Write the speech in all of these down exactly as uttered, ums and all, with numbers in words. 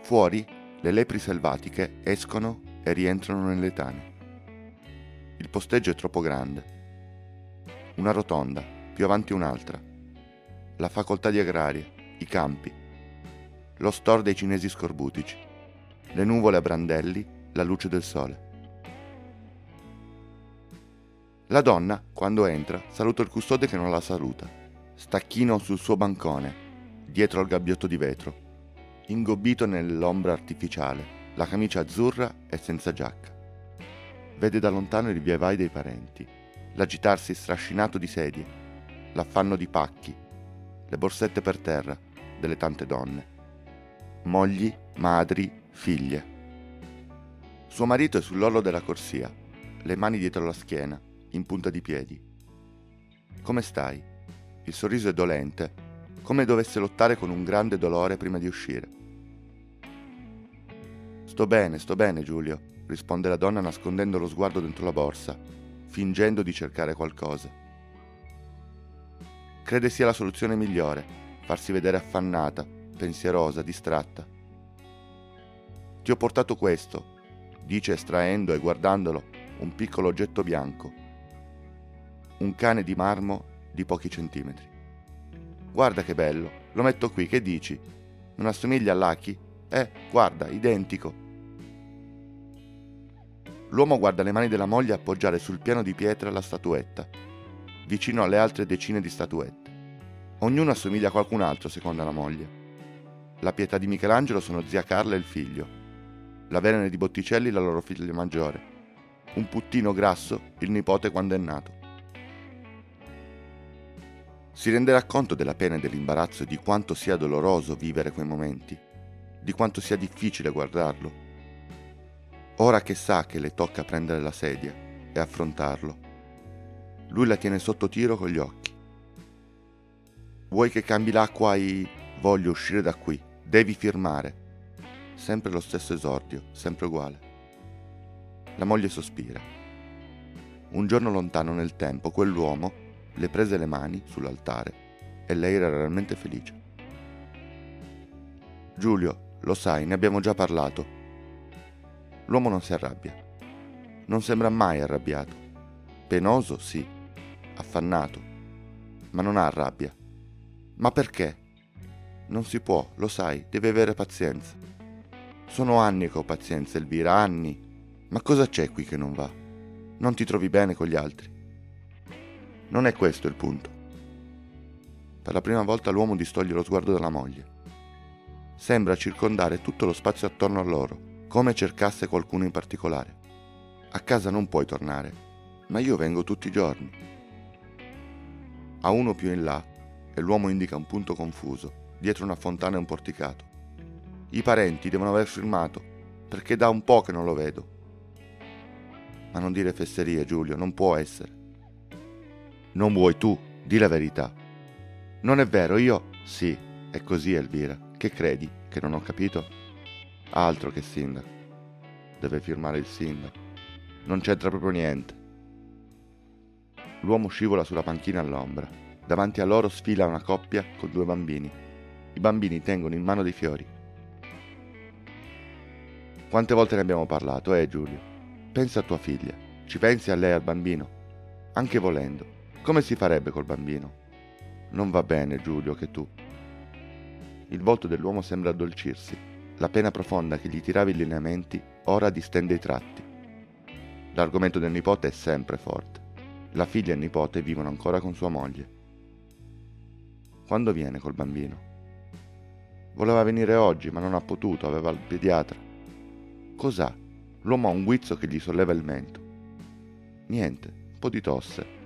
Fuori, le lepri selvatiche escono e rientrano nelle tane. Il posteggio è troppo grande. Una rotonda, più avanti un'altra. La facoltà di agraria, i campi. Lo store dei cinesi scorbutici. Le nuvole a brandelli, la luce del sole. La donna, quando entra, saluta il custode che non la saluta. Sta chino sul suo bancone, dietro al gabbiotto di vetro, ingobbito nell'ombra artificiale, la camicia azzurra e senza giacca. Vede da lontano il via vai dei parenti, l'agitarsi strascinato di sedie, l'affanno di pacchi, le borsette per terra delle tante donne. Mogli, madri, figlie. Suo marito è sull'orlo della corsia, le mani dietro la schiena, in punta di piedi. Come stai? Il sorriso è dolente, come dovesse lottare con un grande dolore prima di uscire. Sto bene, sto bene, Giulio, risponde la donna nascondendo lo sguardo dentro la borsa, fingendo di cercare qualcosa. Crede sia la soluzione migliore, farsi vedere affannata, pensierosa, distratta. Ti ho portato questo, dice estraendo e guardandolo un piccolo oggetto bianco. Un cane di marmo di pochi centimetri. Guarda che bello, lo metto qui, che dici? Non assomiglia a Lucky? Eh, guarda, identico. L'uomo guarda le mani della moglie appoggiare sul piano di pietra la statuetta, vicino alle altre decine di statuette. Ognuno assomiglia a qualcun altro, secondo la moglie. La Pietà di Michelangelo sono zia Carla e il figlio. La Venere di Botticelli la loro figlia maggiore. Un puttino grasso, il nipote quando è nato. Si renderà conto della pena e dell'imbarazzo e di quanto sia doloroso vivere quei momenti, di quanto sia difficile guardarlo. Ora che sa che le tocca prendere la sedia e affrontarlo, lui la tiene sotto tiro con gli occhi. Vuoi che cambi l'acqua ai... Voglio uscire da qui, devi firmare. Sempre lo stesso esordio, sempre uguale. La moglie sospira. Un giorno lontano nel tempo, quell'uomo le prese le mani sull'altare e lei era realmente felice. Giulio, lo sai, ne abbiamo già parlato. L'uomo non si arrabbia. Non sembra mai arrabbiato. Penoso, sì. Affannato. Ma non ha rabbia. Ma perché? Non si può, lo sai, devi avere pazienza. Sono anni che ho pazienza, Elvira, anni. Ma cosa c'è qui che non va? Non ti trovi bene con gli altri? Non è questo il punto. Per la prima volta l'uomo distoglie lo sguardo dalla moglie. Sembra circondare tutto lo spazio attorno a loro, come cercasse qualcuno in particolare. A casa non puoi tornare, ma io vengo tutti i giorni. A uno più in là, e l'uomo indica un punto confuso, dietro una fontana e un porticato. I parenti devono aver firmato, perché da un po' che non lo vedo. Ma non dire fesserie, Giulio, non può essere. Non vuoi tu, di la verità. Non è vero, io... Sì, è così, Elvira. Che credi? Che non ho capito? Altro che sindaco. Deve firmare il sindaco. Non c'entra proprio niente. L'uomo scivola sulla panchina all'ombra. Davanti a loro sfila una coppia con due bambini. I bambini tengono in mano dei fiori. Quante volte ne abbiamo parlato, eh, Giulio? Pensa a tua figlia. Ci pensi a lei e al bambino? Anche volendo. Come si farebbe col bambino? Non va bene, Giulio, che tu... Il volto dell'uomo sembra addolcirsi. La pena profonda che gli tirava i lineamenti ora distende i tratti. L'argomento del nipote è sempre forte. La figlia e il nipote vivono ancora con sua moglie. Quando viene col bambino? Voleva venire oggi, ma non ha potuto, aveva il pediatra. Cos'ha? L'uomo ha un guizzo che gli solleva il mento. Niente, un po' di tosse.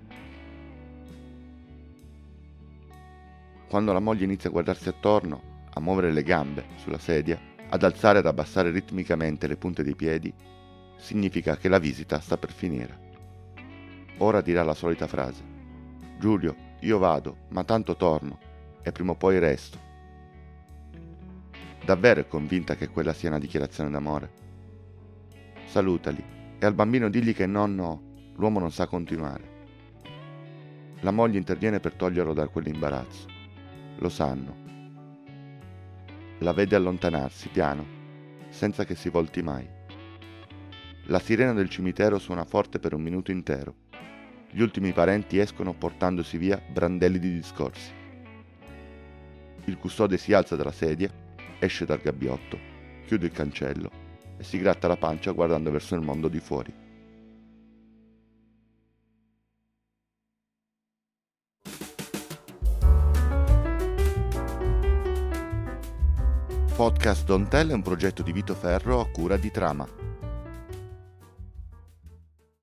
Quando la moglie inizia a guardarsi attorno, a muovere le gambe sulla sedia, ad alzare ed abbassare ritmicamente le punte dei piedi, significa che la visita sta per finire. Ora dirà la solita frase. Giulio, io vado, ma tanto torno, e prima o poi resto. Davvero è convinta che quella sia una dichiarazione d'amore? Salutali, e al bambino digli che no, no, l'uomo non sa continuare. La moglie interviene per toglierlo da quell'imbarazzo. Lo sanno. La vede allontanarsi piano, senza che si volti mai. La sirena del cimitero suona forte per un minuto intero. Gli ultimi parenti escono portandosi via brandelli di discorsi. Il custode si alza dalla sedia, esce dal gabbiotto, chiude il cancello e si gratta la pancia guardando verso il mondo di fuori. Podcast Don't Tell è un progetto di Vito Ferro a cura di Trama.